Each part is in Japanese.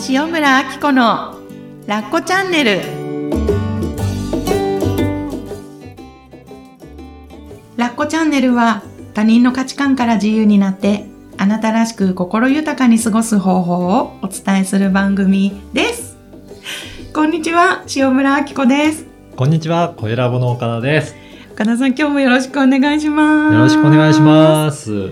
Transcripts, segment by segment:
塩村あき子のラッコチャンネル。ラッコチャンネルは他人の価値観から自由になってあなたらしく心豊かに過ごす方法をお伝えする番組です。こんにちは、塩村あき子です。 こんにちは、声ラボの岡田です。 岡田さん、今日もよろしくお願いします。 よろしくお願いします。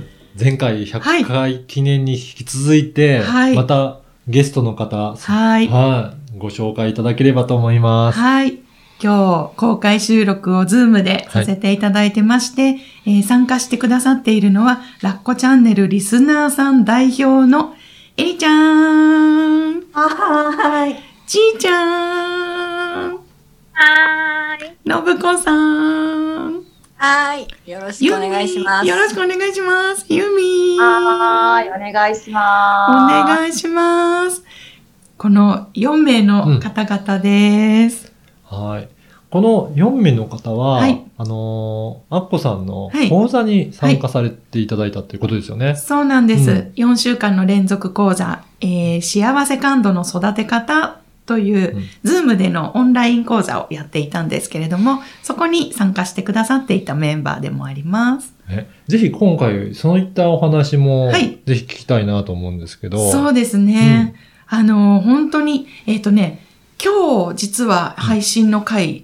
前回100回記念に引き続いて、はい、またゲストの方、はい、ご紹介いただければと思います。 はい。今日公開収録をズームでさせていただいてまして、参加してくださっているのはラッコチャンネルリスナーさん代表のエリちゃん。 はい。 ちーちゃん。 はい。 のぶこさん。 はい。よろしくお願いします。 よろしくお願いします。ゆみ。 はい。お願いします。 お願いします。この4名の方々です。 はい。この4名の方は、はい、アッコさんの講座に参加されていただいたということですよね。 そうなんです。4週間の連続講座、幸せ感度の育て方という、ズームでのオンライン講座をやっていたんですけれども、そこに参加してくださっていたメンバーでもあります。 ぜひ今回、そういったお話も、ぜひ聞きたいなと思うんですけど。 そうですね。本当に、今日実は配信の回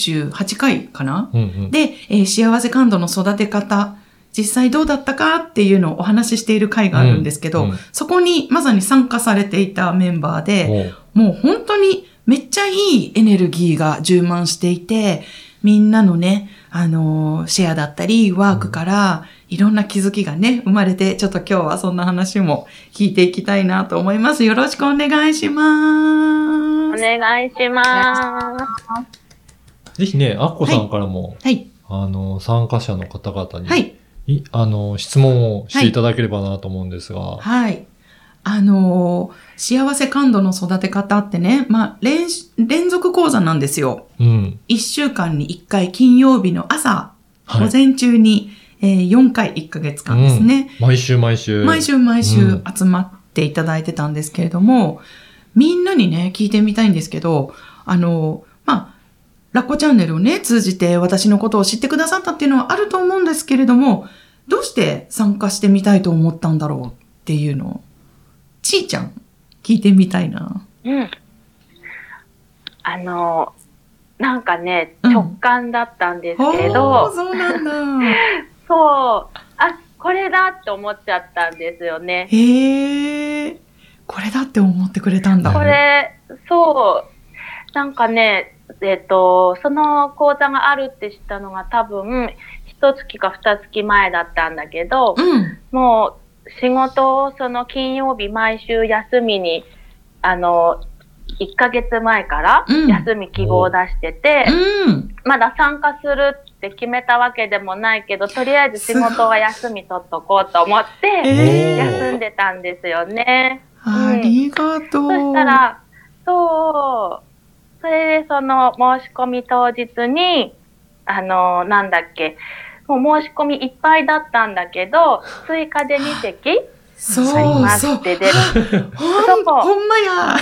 98回かな、で、幸せ感度の育て方、実際どうだったかっていうのをお話ししている回があるんですけど、そこにまさに参加されていたメンバーで、もう本当にめっちゃいいエネルギーが充満していて、みんなのね、シェアだったり、ワークからいろんな気づきがね、生まれて、ちょっと今日はそんな話も聞いていきたいなと思います。よろしくお願いします。 お願いします。 ぜひね、アッコさんからも、参加者の方々に、質問をしていただければなと思うんですが。 幸せ感度の育て方ってね、連続講座なんですよ。1週間に1回金曜日の朝、午前中に、4回1ヶ月間ですね。 毎週集まっていただいてたんですけれども、みんなにね、聞いてみたいんですけど、ラッコチャンネルをね、通じて私のことを知ってくださったっていうのはあると思うんですけれども、どうして参加してみたいと思ったんだろうっていうのを、ちーちゃん、聞いてみたいな。 なんかね、直感だったんですけど、 そうなんだ。 そう、これだって思っちゃったんですよね。 これだって思ってくれたんだ。 そう、なんかね、その講座があるって知ったのが多分、1月か2月前だったんだけど、もう仕事をその金曜日毎週休みに、1ヶ月前から休み希望を出してて、まだ参加するって決めたわけでもないけど、とりあえず仕事は休み取っとこうと思って、休んでたんですよね。 ありがとう。 そしたら、それでその申し込み当日に、もう申し込みいっぱいだったんだけど、追加で2席ありますって出る。 ほんまや。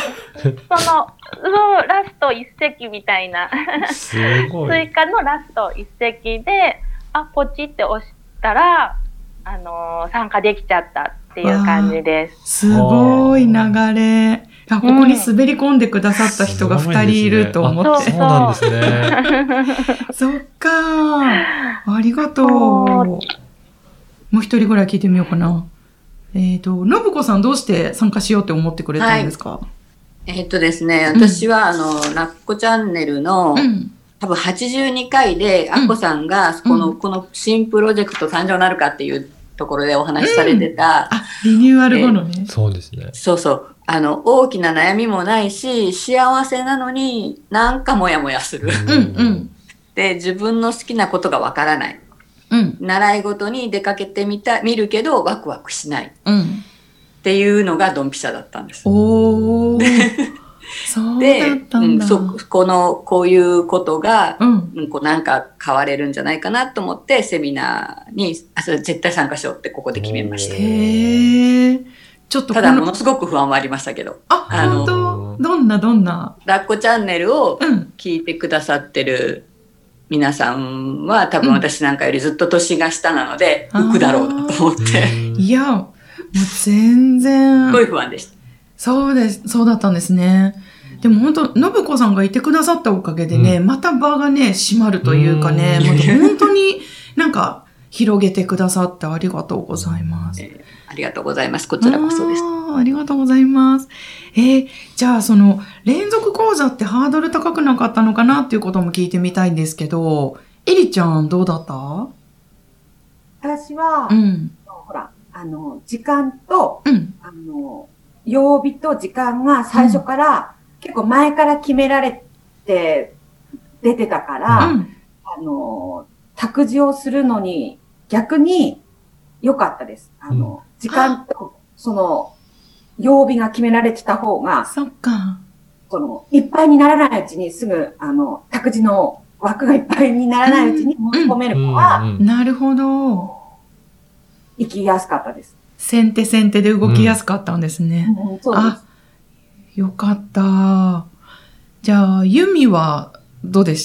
ラスト1席みたいな。追加のラスト1席で、ポチって押したら、参加できちゃったっていう感じです。 すごい流れ。ここに滑り込んでくださった人が2人いると思って。 そうなんですね。 そっか。ありがとう。もう一人ぐらい聞いてみようかな。のぶこさんどうして参加しようって思ってくれたんですか？ ですね、私はラッコチャンネルの、多分82回で、アッコさんが、この新プロジェクト誕生になるかっていうところでお話しされてた。 リニューアル後のね。 そうですね。 そうそう。大きな悩みもないし、幸せなのになんかモヤモヤする。で、自分の好きなことがわからない。習い事に出かけて見るけどワクワクしない。っていうのがドンピシャだったんです。 そうだったんだ。 こういうことが、なんか変われるんじゃないかなと思ってセミナーにそれ絶対参加しようってここで決めました。 ちょっとただものすごく不安はありましたけど。 本当？どんなラッコチャンネルを聞いてくださってる皆さんは、多分私なんかよりずっと年が下なので、浮くだろうなと思って。 いや、もう全然。 すごい不安でした。 そうだったんですね。でも本当、信子さんがいてくださったおかげでね、また場がね、閉まるというかね、また本当になんか広げてくださってありがとうございます。 ありがとうございます。こちらこそです。 ありがとうございます。じゃあその連続講座ってハードル高くなかったのかなっていうことも聞いてみたいんですけど、エリちゃんどうだった？ 私は、ほら、時間と、曜日と時間が最初から、結構前から決められて出てたから、託児をするのに逆に良かったです。時間と、曜日が決められてた方が、 そっか。 いっぱいにならないうちにすぐ、託児の枠がいっぱいにならないうちに申し込める子は、 なるほど。 行きやすかったです。 先手で動きやすかったんですね。 そうです。 よかった。じゃあ、ユミはどうでした？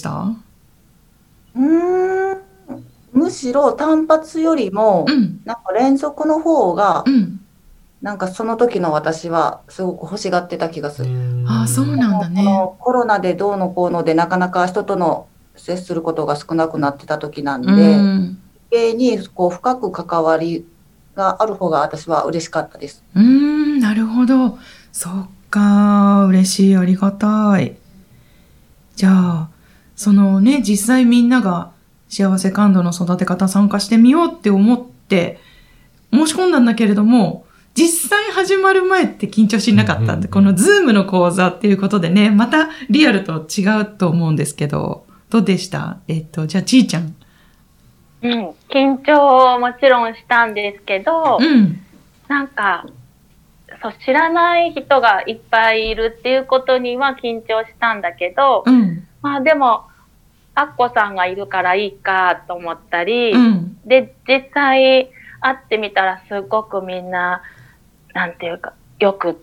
むしろ単発よりも、なんか連続の方が、なんかその時の私はすごく欲しがってた気がする。 そうなんだね。 コロナでどうのこうのでなかなか人との接することが少なくなってた時なんで、余計にこう深く関わりがある方が私は嬉しかったです。 なるほど。そっか、嬉しい、ありがたい。じゃあ、実際みんなが幸せ感度の育て方参加してみようって思って申し込んだんだけれども、実際始まる前って緊張しなかったんで、このズームの講座っていうことでね、またリアルと違うと思うんですけど、どうでした？じゃあちーちゃん。 緊張もちろんしたんですけど、なんか、知らない人がいっぱいいるっていうことには緊張したんだけど、まあでも、アッコさんがいるからいいかと思ったり、で、実際会ってみたらすごくみんな、なんていうか、よくって、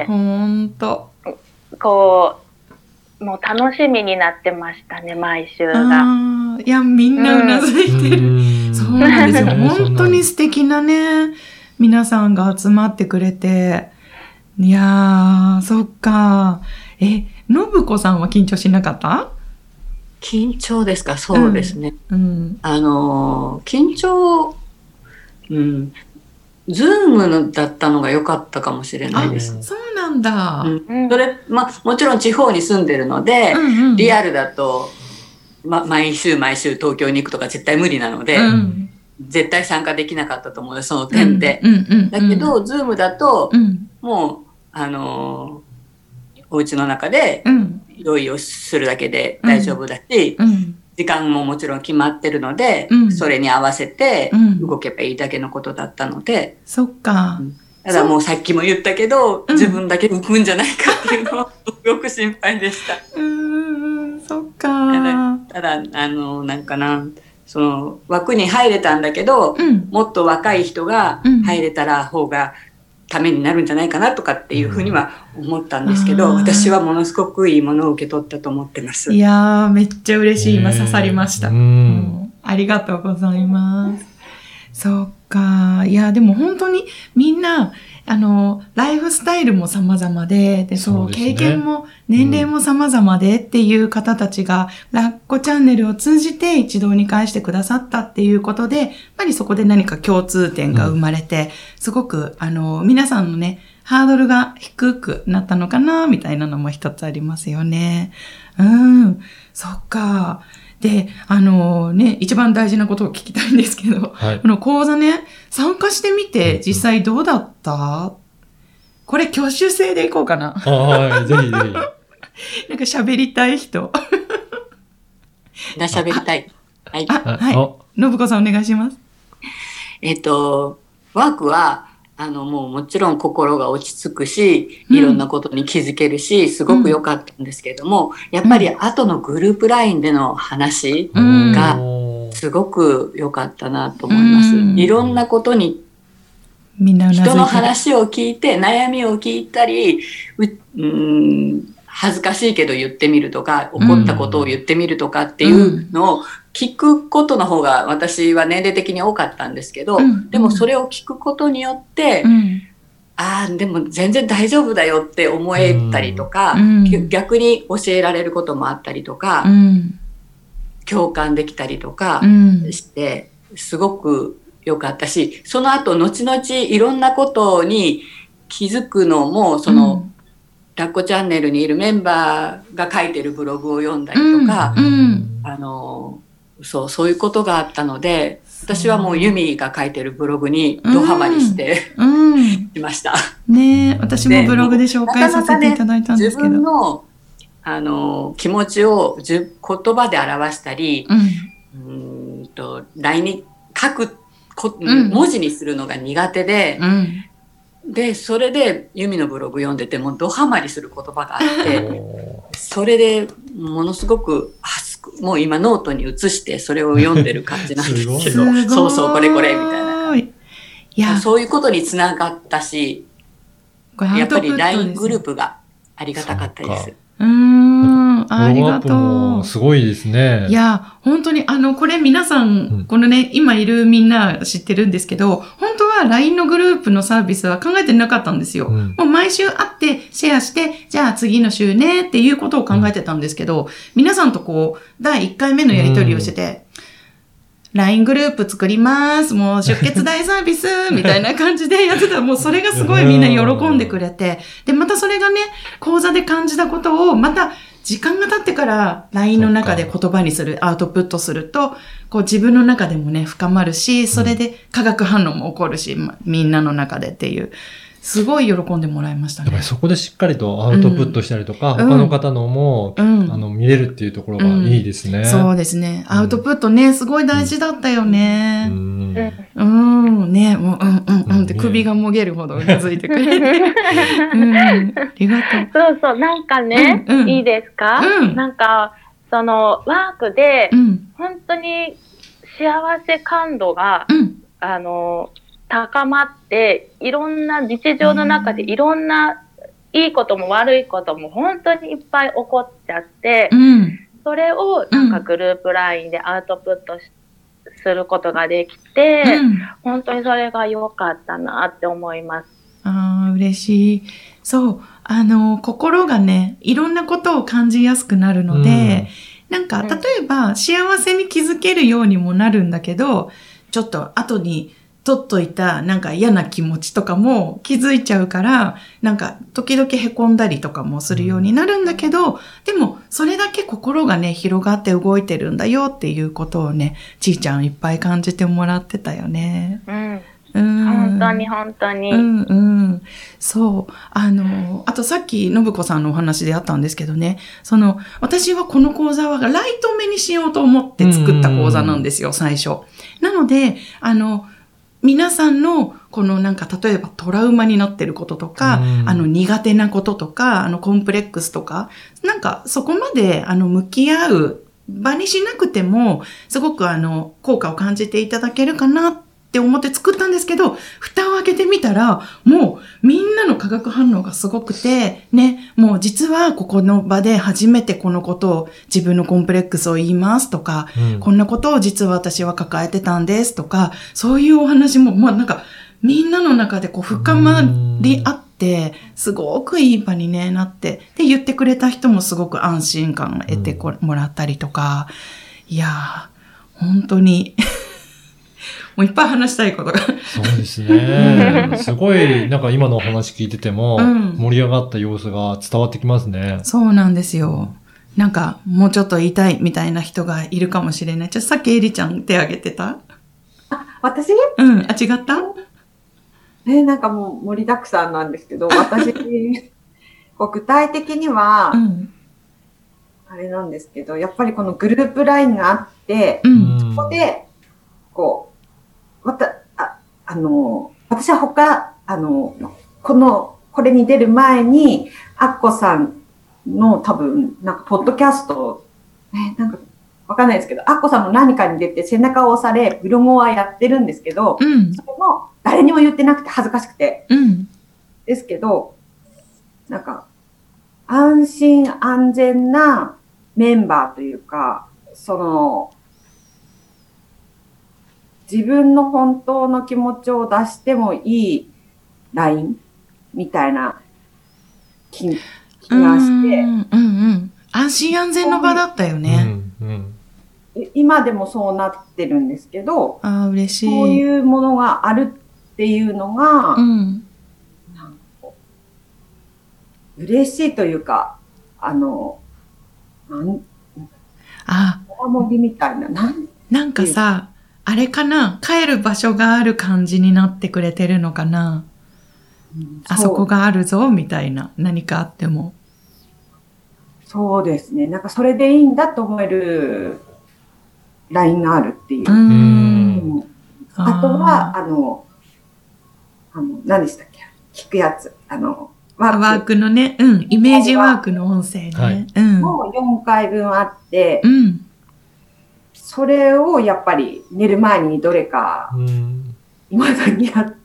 ほんと。 こう、もう楽しみになってましたね、毎週が。 いや、みんなうなずいてる。そうなんですよ。本当に素敵なね、皆さんが集まってくれて。いやー、そっか。信子さんは緊張しなかった？ 緊張ですか？そうですね。緊張、ズームだったのが良かったかもしれないです。 そうなんだ。 それ、もちろん地方に住んでるので、リアルだと、毎週東京に行くとか絶対無理なので、絶対参加できなかったと思う、その点で。だけど、ズームだと、もう、お家の中で用意をするだけで大丈夫だし、時間ももちろん決まってるので、それに合わせて動けばいいだけのことだったので。 そっか。 ただもうさっきも言ったけど、自分だけ浮くんじゃないかっていうのはすごく心配でした。 そっか。 ただ、なんかな、枠に入れたんだけど、もっと若い人が入れたら方がためになるんじゃないかなとかっていうふうには思ったんですけど、私はものすごくいいものを受け取ったと思ってます。 いやー、めっちゃ嬉しい。今刺さりました。ありがとうございます。そっか。いや、でも本当にみんな、ライフスタイルも様々で、経験も年齢も様々でっていう方たちが、ラッコチャンネルを通じて一堂に会してくださったっていうことで、やっぱりそこで何か共通点が生まれて、すごく、皆さんのね、ハードルが低くなったのかな、みたいなのも一つありますよね。そっか。で、一番大事なことを聞きたいんですけど、この講座ね、参加してみて実際どうだった？これ挙手制でいこうかな。 はい、ぜひぜひ。 なんか喋りたい人。 喋りたい。はい。 はい。信子さんお願いします。 ワークは、もちろん心が落ち着くし、いろんなことに気づけるし、すごく良かったんですけれども、やっぱり後のグループラインでの話がすごく良かったなと思います。いろんなことにみんな人の話を聞いて、悩みを聞いたり、恥ずかしいけど言ってみるとか、怒ったことを言ってみるとかっていうのを聞くことの方が私は年齢的に多かったんですけど、でもそれを聞くことによって、でも全然大丈夫だよって思えたりとか、逆に教えられることもあったりとか、共感できたりとかして、すごく良かったし、その後後々いろんなことに気づくのも、その、ラッコチャンネルにいるメンバーが書いてるブログを読んだりとか、そういうことがあったので、私はもうユミが書いてるブログにドハマりしていました。 ねえ、私もブログで紹介させていただいたんですけど。 自分の気持ちを言葉で表したり、LINE に書く文字にするのが苦手で、でそれでユミのブログ読んでてもドハマりする言葉があってそれでものすごくもう今ノートに移してそれを読んでる感じなんですけどそうそうこれみたいな感じ。いやそういうことにつながったし、やっぱり LINE グループがありがたかったです。 ありがとう。 すごいですね。 いや、本当に、これ皆さん、このね、今いるみんな知ってるんですけど、本当は LINE のグループのサービスは考えてなかったんですよ。もう毎週会ってシェアして、じゃあ次の週ねっていうことを考えてたんですけど、皆さんとこう、第1回目のやり取りをしてて、LINE グループ作ります。もう出血大サービスみたいな感じでやってたら、もうそれがすごいみんな喜んでくれて、で、またそれがね、講座で感じたことを、また時間が経ってから LINE の中で言葉にする、アウトプットすると、こう自分の中でもね、深まるし、それで化学反応も起こるし、みんなの中でっていう。すごい喜んでもらいましたね。 やっぱりそこでしっかりとアウトプットしたりとか、他の方のも、見れるっていうところがいいですね。 そうですね。アウトプットね、すごい大事だったよね。ね、もう、って首がもげるほどうなずいてくれる。ありがとう。そうそう、なんかね、いいですか？なんか、ワークで、本当に幸せ感度が、高まって、いろんな日常の中でいろんないいことも悪いことも本当にいっぱい起こっちゃって、それをなんかグループ LINE でアウトプットすることができて、本当にそれが良かったなって思います。 嬉しい。そう、心がね、いろんなことを感じやすくなるので、なんか、例えば幸せに気づけるようにもなるんだけど、ちょっと後に取っといたなんか嫌な気持ちとかも気づいちゃうから、なんか時々凹んだりとかもするようになるんだけど、でもそれだけ心がね、広がって動いてるんだよっていうことをね、ちーちゃんいっぱい感じてもらってたよね。 本当に本当に。 そう。あとさっき信子さんのお話であったんですけどね、私はこの講座はライト目にしようと思って作った講座なんですよ、最初。なので、皆さんの、このなんか、例えばトラウマになってることとか、苦手なこととか、コンプレックスとか、なんか、そこまで、向き合う場にしなくても、すごく効果を感じていただけるかなって思って作ったんですけど、蓋を開けてみたら、もう、みんなの化学反応がすごくて、ね、もう実はここの場で初めてこのことを、自分のコンプレックスを言いますとか、こんなことを実は私は抱えてたんですとか、そういうお話も、なんか、みんなの中でこう深まり合って、すごくいい場にね、なって、で、言ってくれた人もすごく安心感を得てもらったりとか、いやー、本当に、もういっぱい話したいことが。 そうですね。すごい、なんか今のお話聞いてても、盛り上がった様子が伝わってきますね。 そうなんですよ。なんか、もうちょっと言いたいみたいな人がいるかもしれない。さっきエリちゃん手挙げてた？ 私？ 違ったなんかもう盛りだくさんなんですけど、私、具体的には、あれなんですけど、やっぱりこのグループ LINE があって、そこで、私はこれに出る前に、アッコさんの多分、なんか、ポッドキャスト、なんか、 わかんないですけど、アッコさんも何かに出て背中を押され、ブログはやってるんですけど、それも誰にも言ってなくて恥ずかしくて。ですけど、なんか、安心安全なメンバーというか、自分の本当の気持ちを出してもいいラインみたいな気がして、 安心安全の場だったよね。 今でもそうなってるんですけど、 嬉しい。 そういうものがあるっていうのが、嬉しいというか、守りみたいな、 なんかさ、あれかな、帰る場所がある感じになってくれてるのかな。あそこがあるぞ、みたいな、何かあっても。 そうですね。なんかそれでいいんだと思えるラインがあるっていう。あとは、何でしたっけ、聞くやつ。 ワークのね、イメージワークの音声ね。 もう4回分あって、それをやっぱり寝る前にどれか、未だにやって、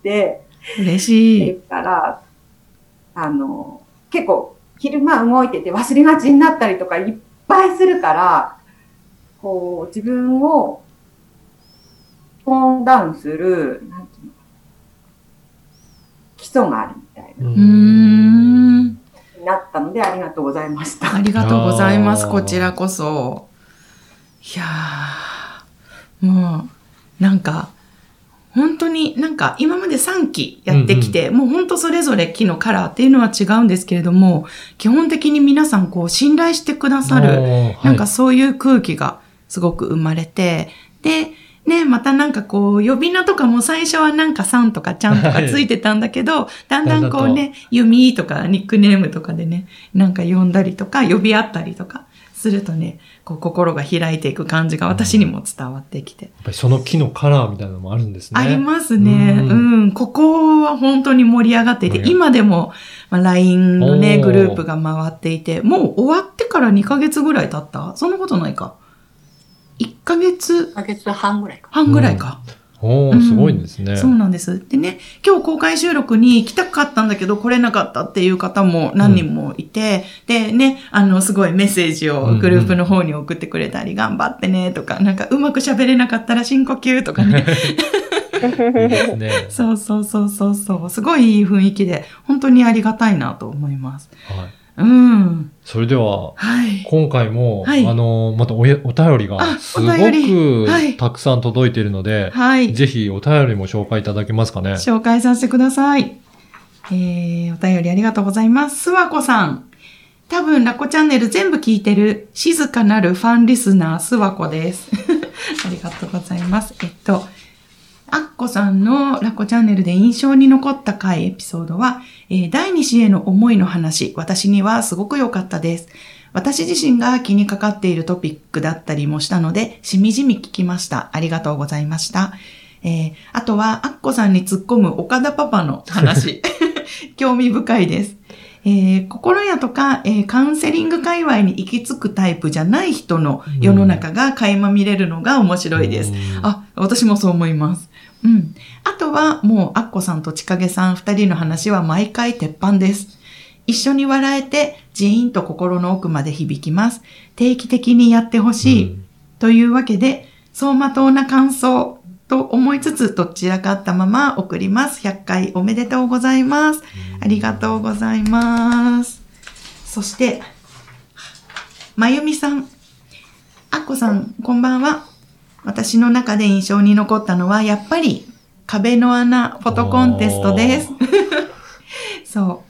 嬉しい。 から、結構、昼間動いてて忘れがちになったりとかいっぱいするから、こう、自分をトーンダウンする、なんていうの、基礎があるみたいな。なったので、ありがとうございました。 ありがとうございます。こちらこそ。いやー、もう、なんか、本当になんか今まで3期やってきて、もう本当それぞれ期のカラーっていうのは違うんですけれども、基本的に皆さんこう信頼してくださる、なんかそういう空気がすごく生まれて、で、ね、またなんかこう呼び名とかも最初はなんかさんとかちゃんとかついてたんだけど、だんだんこうね、ユミとかニックネームとかでね、なんか呼んだりとか呼び合ったりとかするとね、こう心が開いていく感じが私にも伝わってきて。 やっぱりその木のカラーみたいなのもあるんですね。 ありますね。ここは本当に盛り上がっていて、今でも、LINE のね、グループが回っていて、もう終わってから2ヶ月ぐらい経った？そんなことないか。1ヶ月半ぐらいか。 半ぐらいか。 すごいんですね。 そうなんです。でね、今日公開収録に来たかったんだけど来れなかったっていう方も何人もいて、でね、すごいメッセージをグループの方に送ってくれたり、頑張ってねとか、なんかうまく喋れなかったら深呼吸とかね。 いいですね。 そう。すごいいい雰囲気で、本当にありがたいなと思います。 はい。それでは、今回も、またお便りがすごくたくさん届いているので、ぜひお便りも紹介いただけますかね。 紹介させてください。お便りありがとうございます。すわこさん。多分、ラコチャンネル全部聞いてる静かなるファンリスナー、すわこです。ありがとうございます。アッコさんのラコチャンネルで印象に残った回エピソードは、第2子への思いの話、私にはすごく良かったです。私自身が気にかかっているトピックだったりもしたので、しみじみ聞きました。ありがとうございました。あとは、アッコさんに突っ込む岡田パパの話、興味深いです。心屋とか、カウンセリング界隈に行き着くタイプじゃない人の世の中が垣間見れるのが面白いです。私もそう思います。あとはもうアッコさんとちかげさん2人の話は毎回鉄板です。一緒に笑えてジーンと心の奥まで響きます。定期的にやってほしい。というわけで、走馬灯な感想と思いつつどちらかったまま送ります。100回おめでとうございます。ありがとうございます。そして、まゆみさん。アッコさん、こんばんは。私の中で印象に残ったのは、やっぱり壁の穴フォトコンテストです。そう。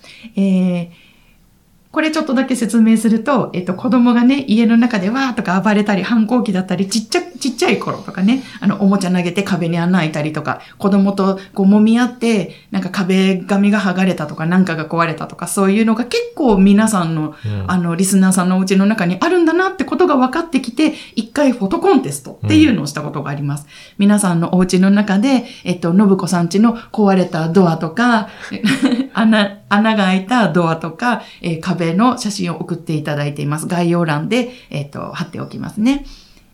これちょっとだけ説明すると、子供がね、家の中でわーとか暴れたり、反抗期だったり、ちっちゃい頃とかね、おもちゃ投げて壁に穴開いたりとか、子供とこう揉み合って、なんか壁紙が剥がれたとか、なんかが壊れたとか、そういうのが結構皆さんの、リスナーさんのお家の中にあるんだなってことが分かってきて、一回フォトコンテストっていうのをしたことがあります。皆さんのお家の中で、信子さん家の壊れたドアとか、穴が開いたドアとか、壁の写真を送っていただいています。概要欄で、貼っておきますね。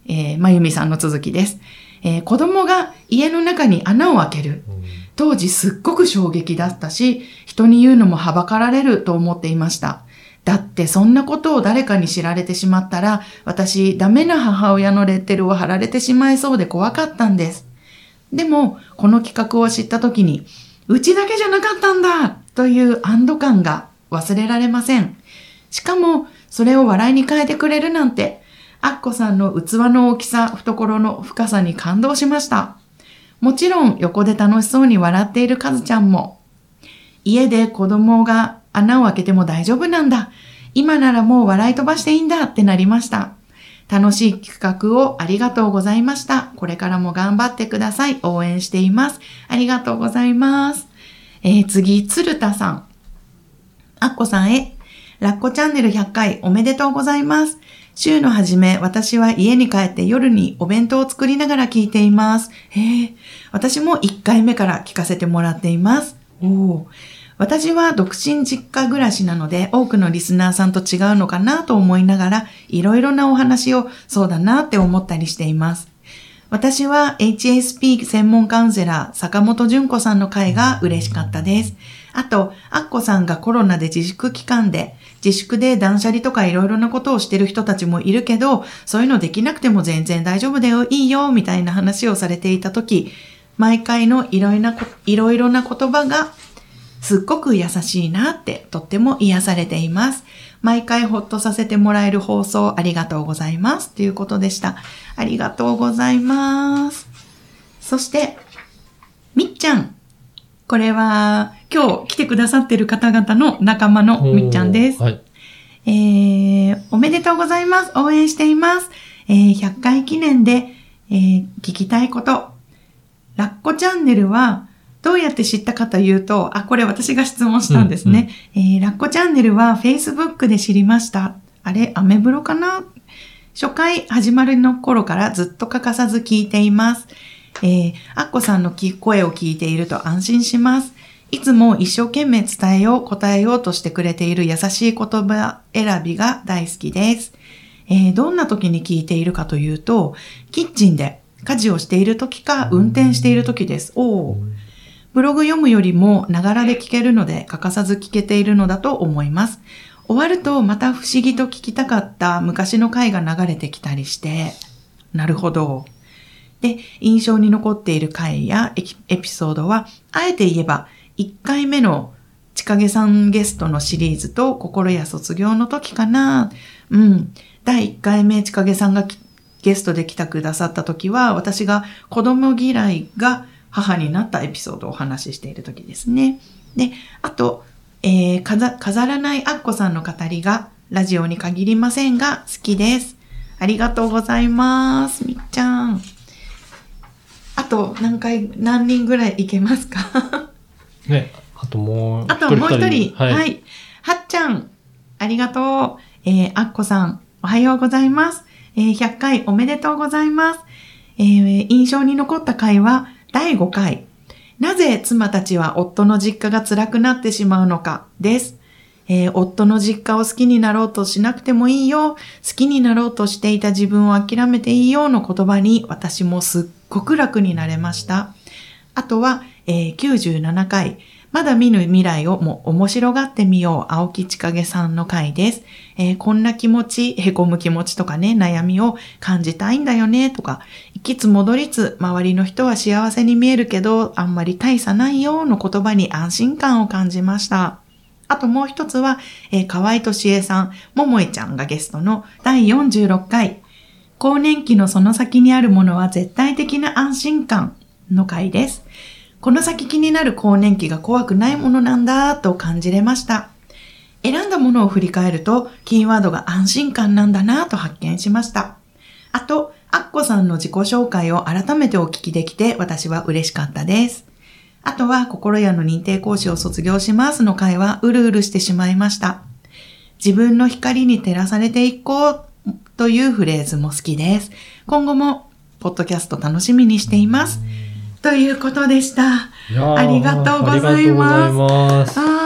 まゆみさんの続きです。子供が家の中に穴を開ける。当時すっごく衝撃だったし、人に言うのもはばかられると思っていました。だってそんなことを誰かに知られてしまったら、私ダメな母親のレッテルを貼られてしまいそうで怖かったんです。でも、この企画を知った時に、うちだけじゃなかったんだという安堵感が忘れられません。しかも、それを笑いに変えてくれるなんて、アッコさんの器の大きさ、懐の深さに感動しました。もちろん横で楽しそうに笑っているカズちゃんも、家で子供が穴を開けても大丈夫なんだ。今ならもう笑い飛ばしていいんだってなりました。楽しい企画をありがとうございました。これからも頑張ってください。応援しています。ありがとうございます。次、鶴田さん。アッコさんへ、ラッコチャンネル100回おめでとうございます。週の初め、私は家に帰って夜にお弁当を作りながら聞いています。私も1回目から聞かせてもらっています。私は独身実家暮らしなので、多くのリスナーさんと違うのかなと思いながら、いろいろなお話をそうだなって思ったりしています。私は HSP 専門カウンセラー坂本純子さんの回が嬉しかったです。あと、アッコさんがコロナで自粛期間で、自粛で断捨離とかいろいろなことをしてる人たちもいるけど、そういうのできなくても全然大丈夫だよ、いいよ、みたいな話をされていたとき、毎回のいろいろな言葉がすっごく優しいなってとっても癒されています。毎回ほっとさせてもらえる放送ありがとうございますということでした。ありがとうございます。そして、みっちゃん。これは今日来てくださっている方々の仲間のみっちゃんです。はい、おめでとうございます。応援しています。100回記念で、聞きたいこと。ラッコチャンネルはどうやって知ったかというと、これ私が質問したんですね。ラッコチャンネルは Facebook で知りました。あれ、アメブロかな？初回始まるの頃からずっと欠かさず聞いています。アッコさんの声を聞いていると安心します。いつも一生懸命伝えよう、答えようとしてくれている優しい言葉選びが大好きです。どんな時に聞いているかというと、キッチンで家事をしている時か運転している時です。ブログ読むよりもながらで聞けるので欠かさず聞けているのだと思います。終わるとまた不思議と聞きたかった昔の回が流れてきたりして、なるほど。で、印象に残っている回やエピソードは、あえて言えば1回目の千景さんゲストのシリーズと心や卒業の時かな。第1回目千景さんがゲストで来てくださった時は、私が子供嫌いが母になったエピソードをお話ししている時ですね。で、あと、飾らないアッコさんの語りがラジオに限りませんが好きです。ありがとうございます。みっちゃん。あと何人ぐらいいけますかね、あともう一人。はい。はっちゃん、ありがとう。あっこさん、おはようございます。100回おめでとうございます。印象に残った回は第5回。なぜ妻たちは夫の実家が辛くなってしまうのかです。夫の実家を好きになろうとしなくてもいいよ。好きになろうとしていた自分を諦めていいよの言葉に私もすっごく楽になれました。あとは、97回。まだ見ぬ未来をも面白がってみよう。青木千景さんの回です。こんな気持ち、へこむ気持ちとかね、悩みを感じたいんだよねとか、行きつ戻りつ、周りの人は幸せに見えるけど、あんまり大差ないよの言葉に安心感を感じました。あともう一つは、河合俊恵さん、桃江ちゃんがゲストの第46回、更年期のその先にあるものは絶対的な安心感の回です。この先気になる更年期が怖くないものなんだと感じれました。選んだものを振り返ると、キーワードが安心感なんだなと発見しました。あと、アッコさんの自己紹介を改めてお聞きできて私は嬉しかったです。あとは、心屋の認定講師を卒業しますの回はうるうるしてしまいました。自分の光に照らされていこうというフレーズも好きです。今後も、ポッドキャスト楽しみにしています。ということでした。ありがとうございます。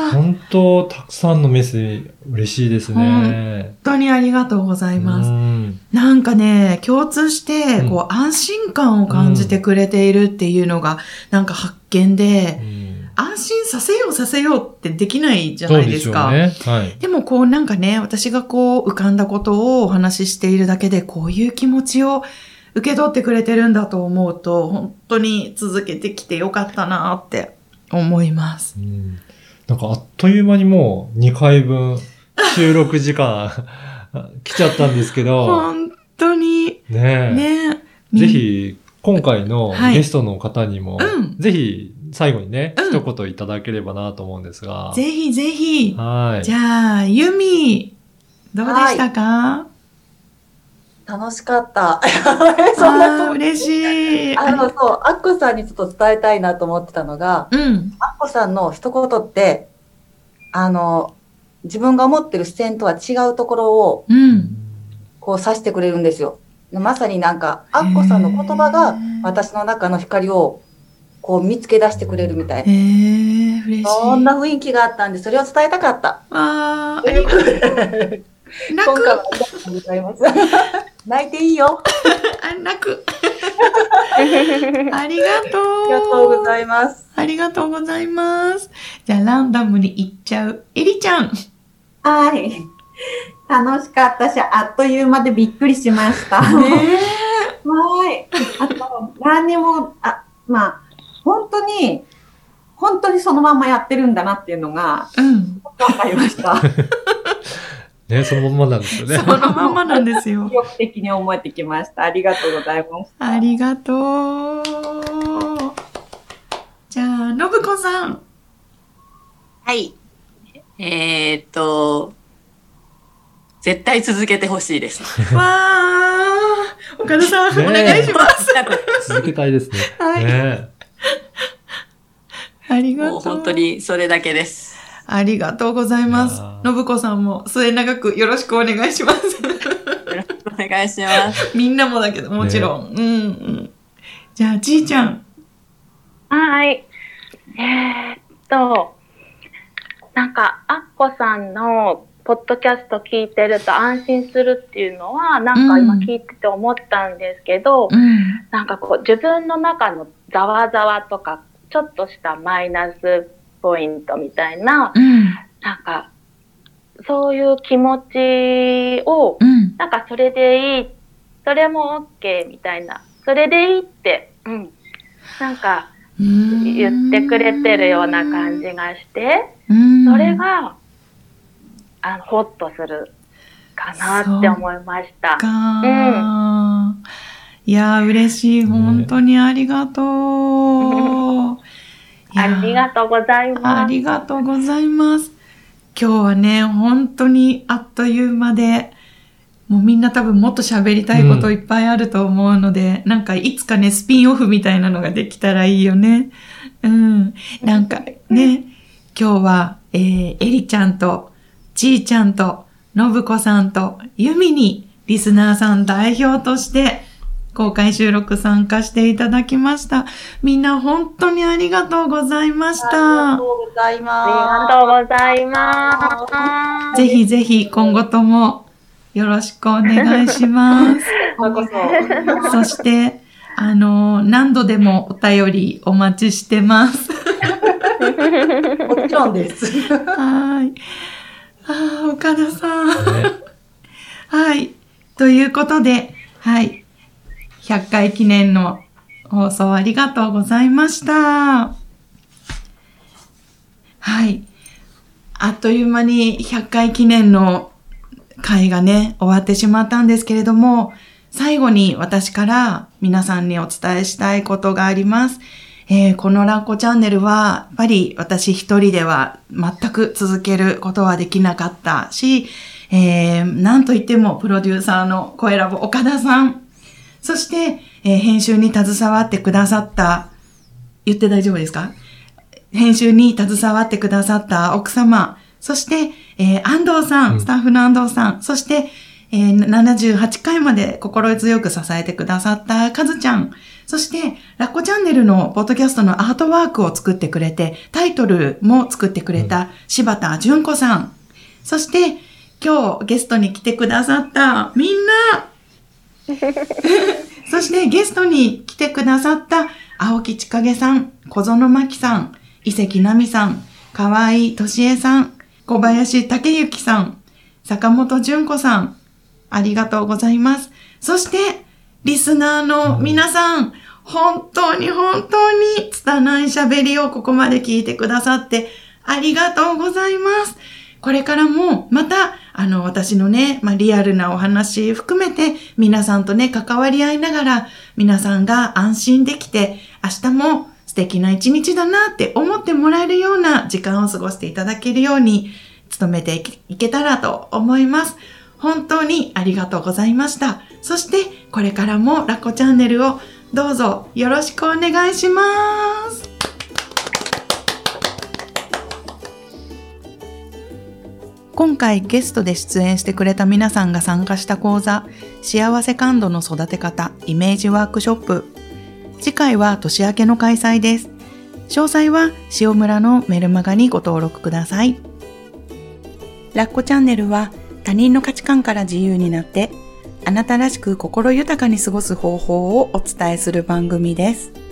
本当、たくさんのメッセージ嬉しいですね。 本当にありがとうございます。なんかね、共通して、安心感を感じてくれているっていうのが、なんか発見で、安心させようってできないじゃないですか。そうですよね。はい。でもなんかね、私が浮かんだことをお話ししているだけで、こういう気持ちを受け取ってくれてるんだと思うと、本当に続けてきてよかったなって思います。 なんかあっという間にもう2回分収録時間来ちゃったんですけど。 本当に。 ね。ぜひ、今回のゲストの方にも、ぜひ最後にね、一言いただければなと思うんですが。 ぜひぜひ。はい。じゃあ、ユミ、どうでしたか？ 楽しかった。 嬉しい。 そう、アッコさんにちょっと伝えたいなと思ってたのが、アッコさんの一言って、自分が思ってる視線とは違うところを、指してくれるんですよ。まさになんか、アッコさんの言葉が私の中の光を見つけ出してくれるみたいな。 嬉しい。 そんな雰囲気があったんで、それを伝えたかった。 ありがとう。 今回はありがとうございます。泣いていいよ。 泣く。ありがとう。 ありがとうございます。 ありがとうございます。じゃあランダムに行っちゃう。エリちゃん。 はい。楽しかったし、あっという間でびっくりしました。 はい。 あと、何にも、本当にそのままやってるんだなっていうのが、わかりました。 ね、そのままなんですよね。 そのままなんですよ。 意欲的に思えてきました。ありがとうございました。 ありがとう。じゃあ、のぶこさん。 はい。絶対続けてほしいです。 わー。岡田さん、お願いします。 続けたいですね。 はい。ありがとう。もう本当にそれだけです。 ありがとうございます。のぶこさんも末永くよろしくお願いします。よろしくお願いします。 みんなもだけど、もちろん。じゃあ、ちーちゃん。 はい。なんか、アッコさんのポッドキャスト聞いてると安心するっていうのは、なんか今聞いてて思ったんですけど、なんか自分の中のざわざわとか、ちょっとしたマイナスポイントみたいな、なんか、そういう気持ちを、なんかそれでいい、それも OK みたいな、それでいいって、なんか言ってくれてるような感じがして、それが、ほっとするかなって思いました。 いやー、嬉しい。本当にありがとう。 ありがとうございます。 ありがとうございます。今日はね、本当にあっという間で、もうみんな多分もっと喋りたいこといっぱいあると思うので、なんかいつかね、スピンオフみたいなのができたらいいよね。なんかね、今日は、エリちゃんと、ちーちゃんと、のぶこさんと、ゆみに、リスナーさん代表として、公開収録参加していただきました。みんな本当にありがとうございました。 ありがとうございます。 ありがとうございます。 ぜひぜひ今後ともよろしくお願いします。そして、何度でもお便りお待ちしてます。 もちろんです。 はい。岡田さん。はい。ということで、はい。100回記念の放送ありがとうございました。はい。あっという間に100回記念の会がね、終わってしまったんですけれども、最後に私から皆さんにお伝えしたいことがあります。このラッコチャンネルは、やっぱり私一人では全く続けることはできなかったし、なんといってもプロデューサーの声ラボ岡田さん、そして、編集に携わってくださった、言って大丈夫ですか？編集に携わってくださった奥様、そして、安藤さん、スタッフの安藤さん、そして、78回まで心強く支えてくださったかずちゃん、 そして、ラッコチャンネルのポッドキャストのアートワークを作ってくれて、タイトルも作ってくれた柴田純子さん。そして、今日ゲストに来てくださったみんなそしてゲストに来てくださった青木千景さん、小園真希さん、伊関奈美さん、河合俊恵さん、小林武之さん、坂本純子さん、ありがとうございます。そして、リスナーの皆さん、本当に拙い喋りをここまで聞いてくださってありがとうございます。これからもまた、私のね、リアルなお話含めて皆さんとね、関わり合いながら皆さんが安心できて、明日も素敵な一日だなって思ってもらえるような時間を過ごしていただけるように努めていけたらと思います。本当にありがとうございました。そしてこれからもラッコチャンネルをどうぞよろしくお願いします。今回ゲストで出演してくれた皆さんが参加した講座、幸せ感度の育て方イメージワークショップ。次回は年明けの開催です。詳細は塩村のメルマガにご登録ください。ラッコチャンネルは他人の価値観から自由になって、あなたらしく心豊かに過ごす方法をお伝えする番組です。